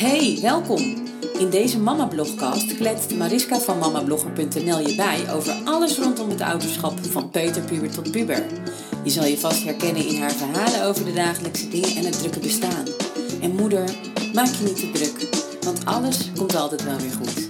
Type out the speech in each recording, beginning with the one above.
Hey, welkom! In deze Mama-blogcast kletst Mariska van mamablogger.nl je bij over alles rondom het ouderschap van peuterpuber tot puber. Je zal je vast herkennen in haar verhalen over de dagelijkse dingen en het drukke bestaan. En moeder, maak je niet te druk, want alles komt altijd wel weer goed.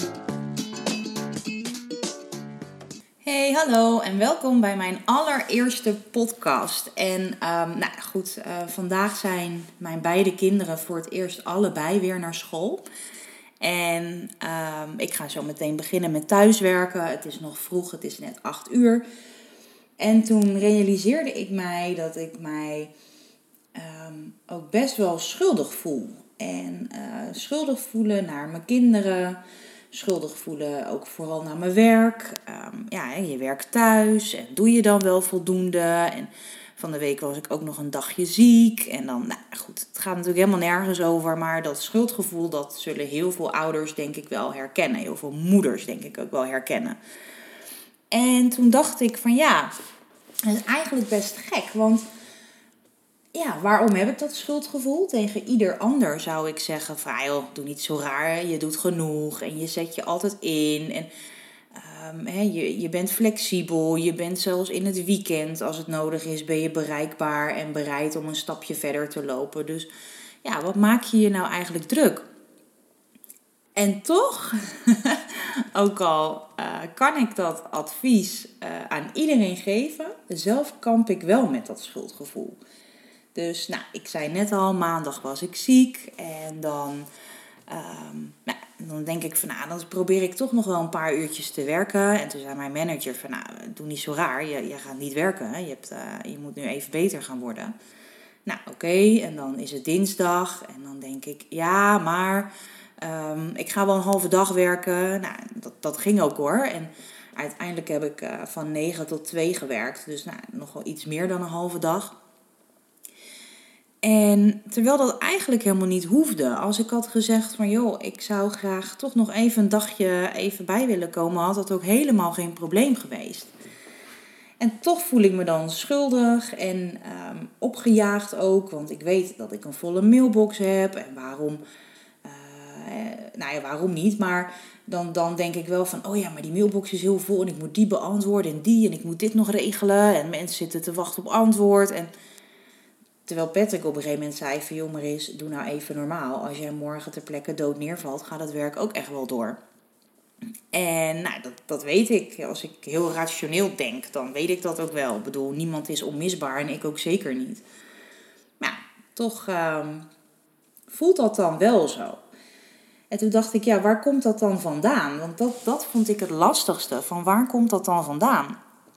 Hey, hallo en welkom bij mijn allereerste podcast. En vandaag zijn mijn beide kinderen voor het eerst allebei weer naar school. En ik ga zo meteen beginnen met thuiswerken. Het is nog vroeg, het is net 8:00. En toen realiseerde ik mij dat ik mij ook best wel schuldig voel. En schuldig voelen naar mijn kinderen. Schuldig voelen ook vooral naar mijn werk. Je werkt thuis en doe je dan wel voldoende. En van de week was ik ook nog een dagje ziek. En dan, het gaat natuurlijk helemaal nergens over. Maar dat schuldgevoel, dat zullen heel veel ouders denk ik wel herkennen. Heel veel moeders denk ik ook wel herkennen. En toen dacht ik van dat is eigenlijk best gek. Want waarom heb ik dat schuldgevoel? Tegen ieder ander zou ik zeggen van, joh, doe niet zo raar. Je doet genoeg en je zet je altijd in. En je bent flexibel. Je bent zelfs in het weekend, als het nodig is, ben je bereikbaar en bereid om een stapje verder te lopen. Dus wat maak je je nou eigenlijk druk? En toch, ook al kan ik dat advies aan iedereen geven, zelf kamp ik wel met dat schuldgevoel. Dus ik zei net al, maandag was ik ziek. En dan denk ik van, dan probeer ik toch nog wel een paar uurtjes te werken. En toen zei mijn manager van, doe niet zo raar. Je gaat niet werken. Hè? Je moet nu even beter gaan worden. Oké. En dan is het dinsdag. En dan denk ik, ik ga wel een halve dag werken. Dat ging ook hoor. En uiteindelijk heb ik van 9 tot 2 gewerkt. Dus nog wel iets meer dan een halve dag. En terwijl dat eigenlijk helemaal niet hoefde. Als ik had gezegd van, ik zou graag toch nog even een dagje even bij willen komen, had dat ook helemaal geen probleem geweest. En toch voel ik me dan schuldig en opgejaagd ook. Want ik weet dat ik een volle mailbox heb. En waarom niet? Maar dan denk ik wel van, maar die mailbox is heel vol en ik moet die beantwoorden en die. En ik moet dit nog regelen. En mensen zitten te wachten op antwoord. En terwijl Patrick op een gegeven moment zei van, joh Maris, doe nou even normaal. Als jij morgen ter plekke dood neervalt, gaat het werk ook echt wel door. En dat weet ik. Als ik heel rationeel denk, dan weet ik dat ook wel. Ik bedoel, niemand is onmisbaar en ik ook zeker niet. Maar toch voelt dat dan wel zo. En toen dacht ik, waar komt dat dan vandaan? Want dat vond ik het lastigste. Van waar komt dat dan vandaan?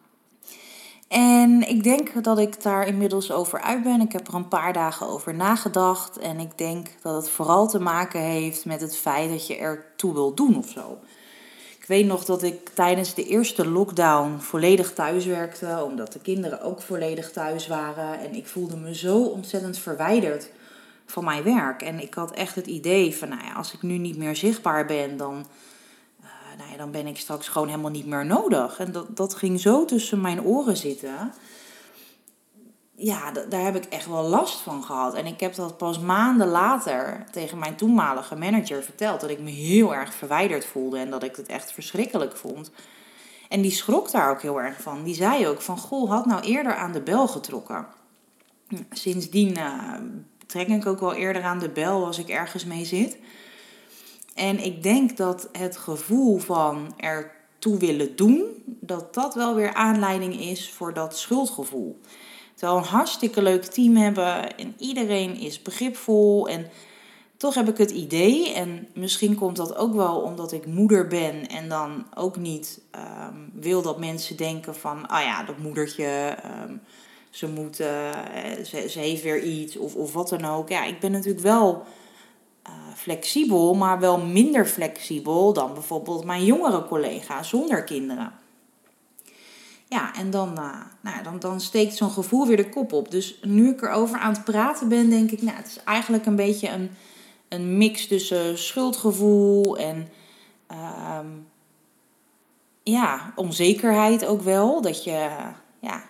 En ik denk dat ik daar inmiddels over uit ben. Ik heb er een paar dagen over nagedacht. En ik denk dat het vooral te maken heeft met het feit dat je ertoe wil doen of zo. Ik weet nog dat ik tijdens de eerste lockdown volledig thuis werkte. Omdat de kinderen ook volledig thuis waren. En ik voelde me zo ontzettend verwijderd van mijn werk. En ik had echt het idee van, als ik nu niet meer zichtbaar ben, dan ben ik straks gewoon helemaal niet meer nodig. En dat ging zo tussen mijn oren zitten. Daar heb ik echt wel last van gehad. En ik heb dat pas maanden later tegen mijn toenmalige manager verteld. Dat ik me heel erg verwijderd voelde en dat ik het echt verschrikkelijk vond. En die schrok daar ook heel erg van. Die zei ook van, goh, had nou eerder aan de bel getrokken. Sindsdien trek ik ook wel eerder aan de bel als ik ergens mee zit. En ik denk dat het gevoel van ertoe willen doen, dat wel weer aanleiding is voor dat schuldgevoel. Terwijl we een hartstikke leuk team hebben en iedereen is begripvol. En toch heb ik het idee, en misschien komt dat ook wel omdat ik moeder ben en dan ook niet wil dat mensen denken van, dat moedertje, ze heeft weer iets of wat dan ook. Ik ben natuurlijk wel flexibel, maar wel minder flexibel dan bijvoorbeeld mijn jongere collega's zonder kinderen. En dan steekt zo'n gevoel weer de kop op. Dus nu ik erover aan het praten ben, denk ik, het is eigenlijk een beetje een mix tussen schuldgevoel en onzekerheid ook wel. Dat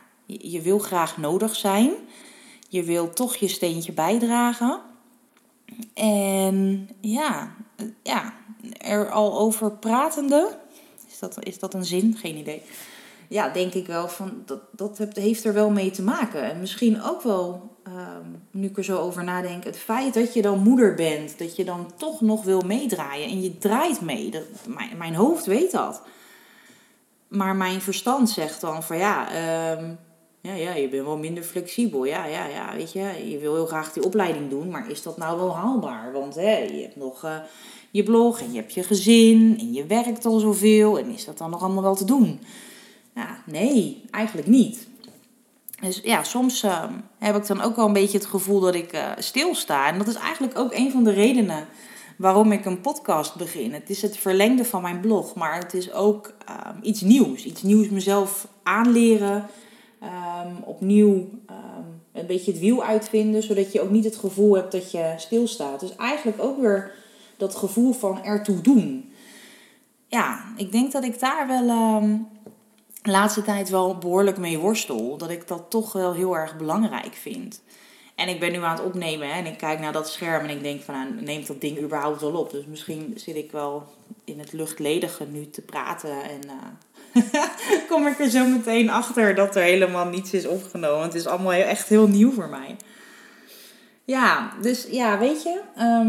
je wil graag nodig zijn. Je wil toch je steentje bijdragen. En ja, er al over pratende, is dat een zin? Geen idee. Ja, denk ik wel van, dat heeft er wel mee te maken. En misschien ook wel, nu ik er zo over nadenk, het feit dat je dan moeder bent, dat je dan toch nog wil meedraaien. En je draait mee. Mijn hoofd weet dat. Maar mijn verstand zegt dan van je bent wel minder flexibel. Ja, weet je wil heel graag die opleiding doen, maar is dat nou wel haalbaar? Want je hebt nog je blog en je hebt je gezin en je werkt al zoveel. En is dat dan nog allemaal wel te doen? Ja, nee, eigenlijk niet. Dus ja, soms heb ik dan ook wel een beetje het gevoel dat ik stilsta. En dat is eigenlijk ook een van de redenen waarom ik een podcast begin. Het is het verlengde van mijn blog, maar het is ook iets nieuws. Iets nieuws mezelf aanleren, opnieuw een beetje het wiel uitvinden, zodat je ook niet het gevoel hebt dat je stilstaat. Dus eigenlijk ook weer dat gevoel van ertoe doen. Ja, ik denk dat ik daar wel de laatste tijd wel behoorlijk mee worstel. Dat ik dat toch wel heel erg belangrijk vind. En ik ben nu aan het opnemen en ik kijk naar dat scherm en ik denk van, neemt dat ding überhaupt wel op? Dus misschien zit ik wel in het luchtledige nu te praten en kom ik er zo meteen achter dat er helemaal niets is opgenomen. Het is allemaal echt heel nieuw voor mij. Ja, dus ja, weet je,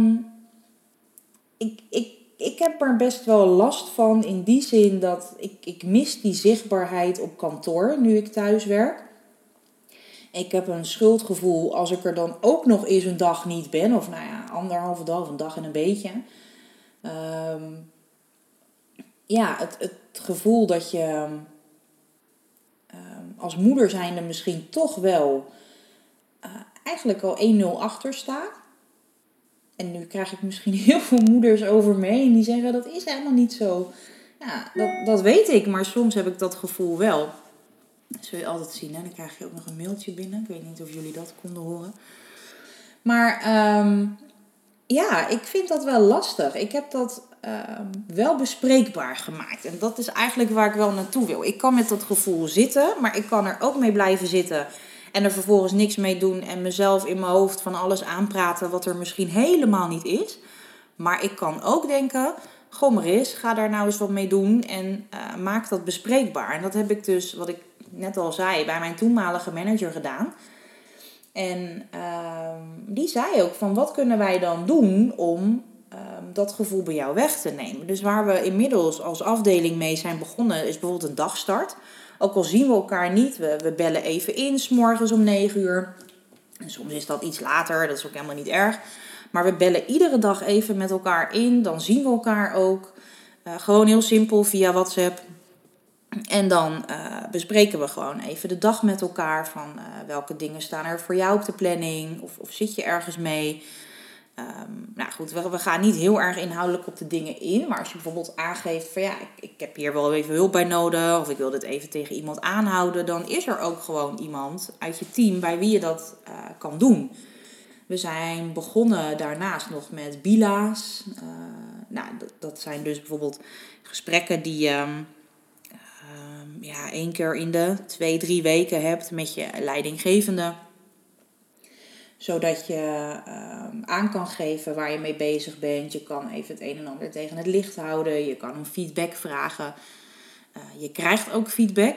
ik heb er best wel last van in die zin dat ik mis die zichtbaarheid op kantoor nu ik thuis werk. Ik heb een schuldgevoel als ik er dan ook nog eens een dag niet ben. Of anderhalve dag of een dag en een beetje. Het gevoel dat je als moeder zijnde misschien toch wel eigenlijk al 1-0 achter staat. En nu krijg ik misschien heel veel moeders over me heen die zeggen dat is helemaal niet zo. Ja, dat weet ik, maar soms heb ik dat gevoel wel. Dat zul je altijd zien, hè? Dan krijg je ook nog een mailtje binnen. Ik weet niet of jullie dat konden horen. Maar ik vind dat wel lastig. Ik heb dat wel bespreekbaar gemaakt. En dat is eigenlijk waar ik wel naartoe wil. Ik kan met dat gevoel zitten, maar ik kan er ook mee blijven zitten. En er vervolgens niks mee doen en mezelf in mijn hoofd van alles aanpraten wat er misschien helemaal niet is. Maar ik kan ook denken, goh Maris, ga daar nou eens wat mee doen en maak dat bespreekbaar. En dat heb ik dus, wat ik net al zei, bij mijn toenmalige manager gedaan. En die zei ook van, wat kunnen wij dan doen om dat gevoel bij jou weg te nemen? Dus waar we inmiddels als afdeling mee zijn begonnen, is bijvoorbeeld een dagstart. Ook al zien we elkaar niet, we bellen even in, 's morgens om 9 uur. En soms is dat iets later, dat is ook helemaal niet erg. Maar we bellen iedere dag even met elkaar in, dan zien we elkaar ook. Gewoon heel simpel via WhatsApp. En dan bespreken we gewoon even de dag met elkaar. Van welke dingen staan er voor jou op de planning? Of zit je ergens mee? We gaan niet heel erg inhoudelijk op de dingen in. Maar als je bijvoorbeeld aangeeft van ik heb hier wel even hulp bij nodig. Of ik wil dit even tegen iemand aanhouden. Dan is er ook gewoon iemand uit je team bij wie je dat kan doen. We zijn begonnen daarnaast nog met bila's. Dat zijn dus bijvoorbeeld gesprekken die 1 keer in de 2-3 weken hebt met je leidinggevende. Zodat je aan kan geven waar je mee bezig bent. Je kan even het een en ander tegen het licht houden. Je kan om feedback vragen. Je krijgt ook feedback.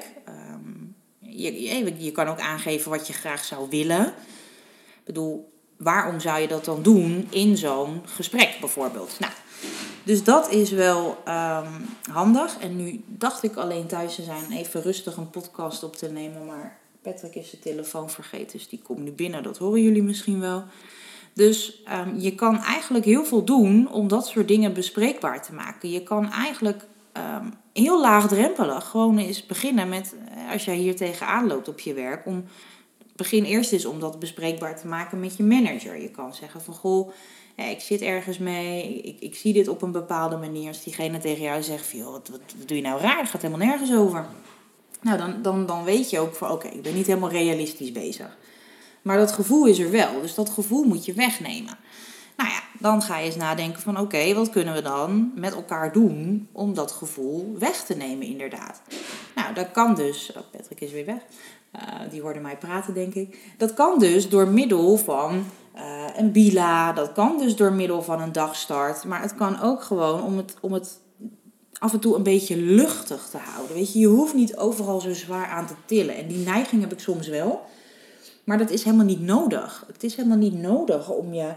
Je kan ook aangeven wat je graag zou willen. Ik bedoel, waarom zou je dat dan doen in zo'n gesprek bijvoorbeeld? Dus dat is wel handig. En nu dacht ik alleen thuis te zijn even rustig een podcast op te nemen. Maar Patrick is zijn telefoon vergeten, dus die komt nu binnen. Dat horen jullie misschien wel. Dus je kan eigenlijk heel veel doen om dat soort dingen bespreekbaar te maken. Je kan eigenlijk heel laagdrempelig gewoon eens beginnen met, als jij hier tegenaan loopt op je werk, begin eerst eens om dat bespreekbaar te maken met je manager. Je kan zeggen van, goh, ik zit ergens mee, ik zie dit op een bepaalde manier. Als diegene tegen jou zegt van, joh, wat doe je nou raar? Het gaat helemaal nergens over. Dan weet je ook van, oké, ik ben niet helemaal realistisch bezig. Maar dat gevoel is er wel, dus dat gevoel moet je wegnemen. Dan ga je eens nadenken van, oké, wat kunnen we dan met elkaar doen om dat gevoel weg te nemen inderdaad. Dat kan dus, Patrick is weer weg. Die hoorde mij praten, denk ik. Dat kan dus door middel van Een bila, dat kan dus door middel van een dagstart. Maar het kan ook gewoon om het af en toe een beetje luchtig te houden. Weet je, je hoeft niet overal zo zwaar aan te tillen. En die neiging heb ik soms wel. Maar dat is helemaal niet nodig. Het is helemaal niet nodig om je...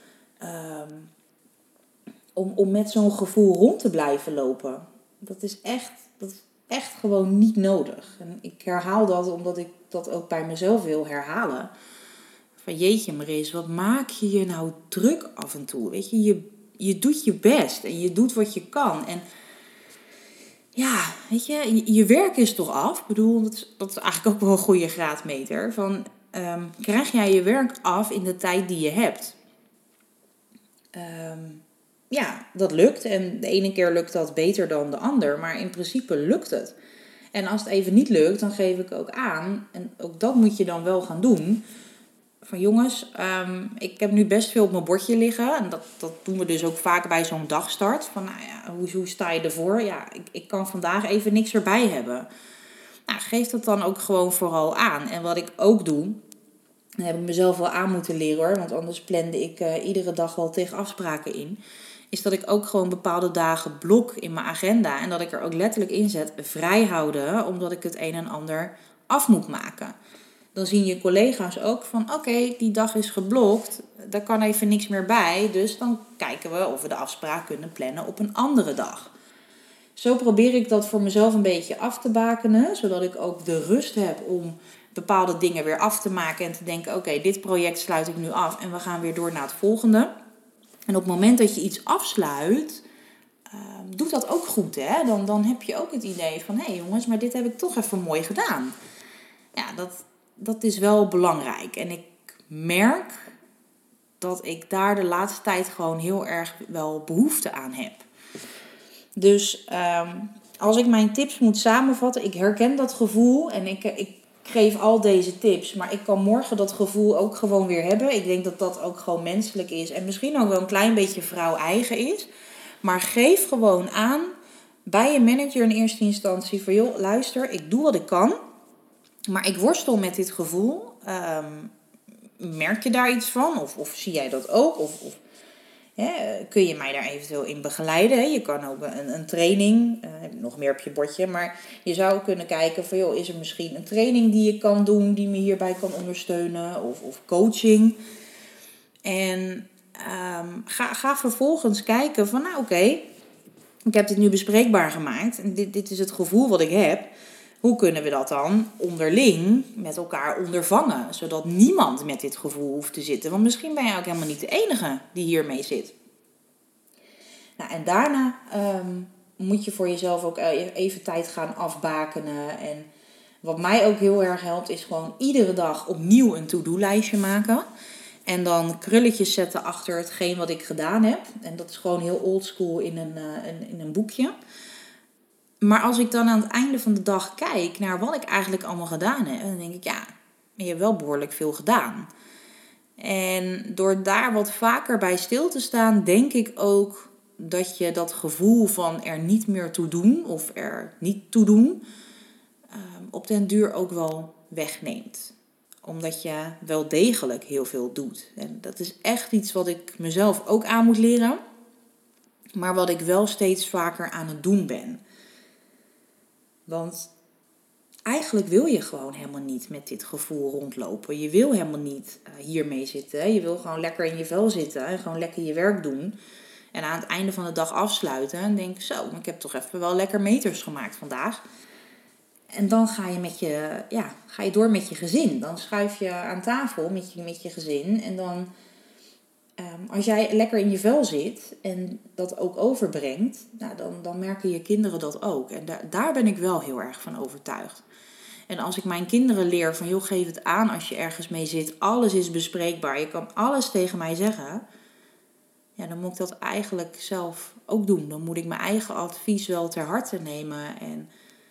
om met zo'n gevoel rond te blijven lopen. Dat is echt gewoon niet nodig. En ik herhaal dat omdat ik dat ook bij mezelf wil herhalen. Van jeetje Maris, wat maak je je nou druk af en toe? Weet je doet je best en je doet wat je kan. En ja, weet je werk is toch af? Ik bedoel, dat is eigenlijk ook wel een goede graadmeter. Van, krijg jij je werk af in de tijd die je hebt? Ja, dat lukt. En de ene keer lukt dat beter dan de ander. Maar in principe lukt het. En als het even niet lukt, dan geef ik ook aan. En ook dat moet je dan wel gaan doen. Van jongens, ik heb nu best veel op mijn bordje liggen. En dat doen we dus ook vaak bij zo'n dagstart. Van nou ja, hoe sta je ervoor? Ja, ik kan vandaag even niks erbij hebben. Nou, geef dat dan ook gewoon vooral aan. En wat ik ook doe, dat heb ik mezelf wel aan moeten leren hoor. Want anders plande ik iedere dag wel tegen afspraken in. Is dat ik ook gewoon bepaalde dagen blok in mijn agenda. En dat ik er ook letterlijk in zet, vrij houden. Omdat ik het een en ander af moet maken. Dan zien je collega's ook van oké, die dag is geblokt. Daar kan even niks meer bij. Dus dan kijken we of we de afspraak kunnen plannen op een andere dag. Zo probeer ik dat voor mezelf een beetje af te bakenen. Zodat ik ook de rust heb om bepaalde dingen weer af te maken. En te denken oké, dit project sluit ik nu af. En we gaan weer door naar het volgende. En op het moment dat je iets afsluit, doet dat ook goed. Hè? Dan heb je ook het idee van hé jongens, maar dit heb ik toch even mooi gedaan. Ja, dat is wel belangrijk. En ik merk dat ik daar de laatste tijd gewoon heel erg wel behoefte aan heb. Dus als ik mijn tips moet samenvatten, ik herken dat gevoel en ik geef al deze tips. Maar ik kan morgen dat gevoel ook gewoon weer hebben. Ik denk dat dat ook gewoon menselijk is. En misschien ook wel een klein beetje vrouw-eigen is. Maar geef gewoon aan bij je manager in eerste instantie van joh, luister, ik doe wat ik kan. Maar ik worstel met dit gevoel. Merk je daar iets van? Of zie jij dat ook? Of kun je mij daar eventueel in begeleiden? Je kan ook een training, nog meer op je bordje. Maar je zou kunnen kijken van joh, is er misschien een training die je kan doen, die me hierbij kan ondersteunen? Of coaching. En ga vervolgens kijken van nou oké, ik heb dit nu bespreekbaar gemaakt. En dit is het gevoel wat ik heb. Hoe kunnen we dat dan onderling met elkaar ondervangen? Zodat niemand met dit gevoel hoeft te zitten. Want misschien ben jij ook helemaal niet de enige die hiermee zit. Nou, en daarna moet je voor jezelf ook even tijd gaan afbakenen. En wat mij ook heel erg helpt is gewoon iedere dag opnieuw een to-do-lijstje maken. En dan krulletjes zetten achter hetgeen wat ik gedaan heb. En dat is gewoon heel oldschool in een boekje. Maar als ik dan aan het einde van de dag kijk naar wat ik eigenlijk allemaal gedaan heb, dan denk ik, ja, je hebt wel behoorlijk veel gedaan. En door daar wat vaker bij stil te staan, denk ik ook dat je dat gevoel van er niet meer toe doen of er niet toe doen, op den duur ook wel wegneemt. Omdat je wel degelijk heel veel doet. En dat is echt iets wat ik mezelf ook aan moet leren, maar wat ik wel steeds vaker aan het doen ben. Want eigenlijk wil je gewoon helemaal niet met dit gevoel rondlopen. Je wil helemaal niet hiermee zitten. Je wil gewoon lekker in je vel zitten en gewoon lekker je werk doen. En aan het einde van de dag afsluiten en denk zo, ik heb toch even wel lekker meters gemaakt vandaag. En dan ga je door met je gezin. Dan schuif je aan tafel met je gezin. En dan, als jij lekker in je vel zit en dat ook overbrengt, nou, dan merken je kinderen dat ook. En daar ben ik wel heel erg van overtuigd. En als ik mijn kinderen leer van, joh, geef het aan als je ergens mee zit. Alles is bespreekbaar. Je kan alles tegen mij zeggen. Ja, dan moet ik dat eigenlijk zelf ook doen. Dan moet ik mijn eigen advies wel ter harte nemen. En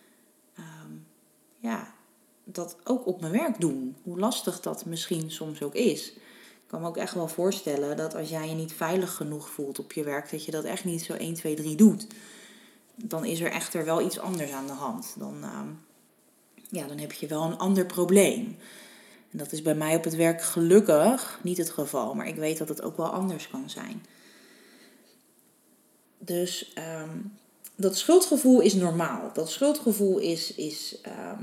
dat ook op mijn werk doen. Hoe lastig dat misschien soms ook is. Ik kan me ook echt wel voorstellen dat als jij je niet veilig genoeg voelt op je werk, dat je dat echt niet zo 1, 2, 3 doet. Dan is er echter wel iets anders aan de hand. Dan heb je wel een ander probleem. En dat is bij mij op het werk gelukkig niet het geval. Maar ik weet dat het ook wel anders kan zijn. Dus dat schuldgevoel is normaal. Dat schuldgevoel is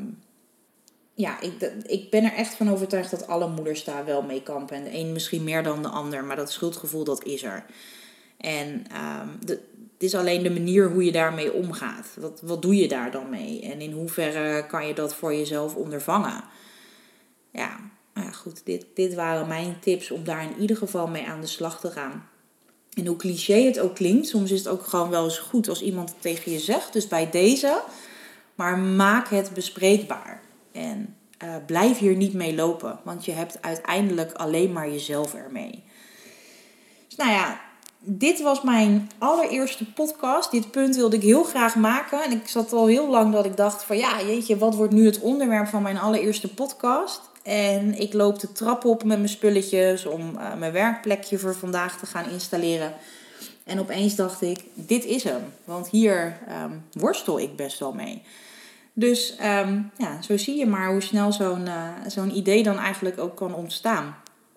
ik ben er echt van overtuigd dat alle moeders daar wel mee kampen. En de een misschien meer dan de ander. Maar dat schuldgevoel, dat is er. En het is alleen de manier hoe je daarmee omgaat. Wat doe je daar dan mee? En in hoeverre kan je dat voor jezelf ondervangen? Ja, nou ja, goed. Dit waren mijn tips om daar in ieder geval mee aan de slag te gaan. En hoe cliché het ook klinkt, soms is het ook gewoon wel eens goed als iemand het tegen je zegt. Dus bij deze, maar maak het bespreekbaar. En blijf hier niet mee lopen, want je hebt uiteindelijk alleen maar jezelf ermee. Dus nou ja, dit was mijn allereerste podcast. Dit punt wilde ik heel graag maken. En ik zat al heel lang dat ik dacht van ja, jeetje, wat wordt nu het onderwerp van mijn allereerste podcast? En ik loop de trap op met mijn spulletjes om mijn werkplekje voor vandaag te gaan installeren. En opeens dacht ik, dit is hem. Want hier worstel ik best wel mee. Dus zo zie je maar hoe snel zo'n idee dan eigenlijk ook kan ontstaan.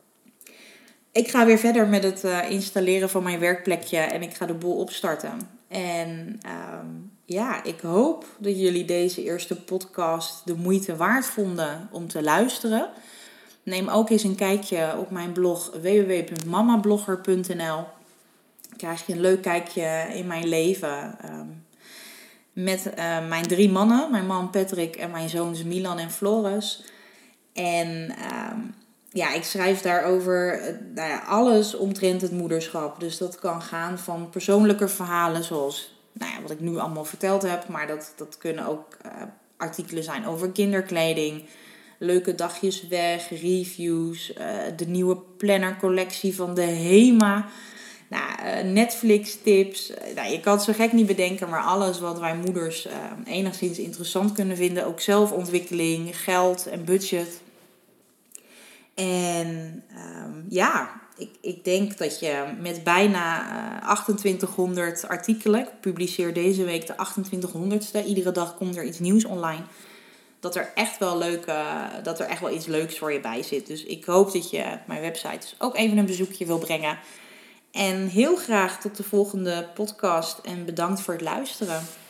Ik ga weer verder met het installeren van mijn werkplekje en ik ga de boel opstarten. En ik hoop dat jullie deze eerste podcast de moeite waard vonden om te luisteren. Neem ook eens een kijkje op mijn blog www.mamablogger.nl. Krijg je een leuk kijkje in mijn leven met mijn 3 mannen. Mijn man Patrick en mijn zoons Milan en Floris. En ik schrijf daarover alles omtrent het moederschap. Dus dat kan gaan van persoonlijke verhalen zoals wat ik nu allemaal verteld heb. Maar dat kunnen ook artikelen zijn over kinderkleding, leuke dagjes weg, reviews, de nieuwe plannercollectie van de HEMA. Netflix tips. Je kan het zo gek niet bedenken, maar alles wat wij moeders enigszins interessant kunnen vinden. Ook zelfontwikkeling, geld en budget. En ik denk dat je met bijna 2800 artikelen, ik publiceer deze week de 2800ste, iedere dag komt er iets nieuws online, dat er echt wel iets leuks voor je bij zit. Dus ik hoop dat je mijn website dus ook even een bezoekje wil brengen. En heel graag tot de volgende podcast en bedankt voor het luisteren.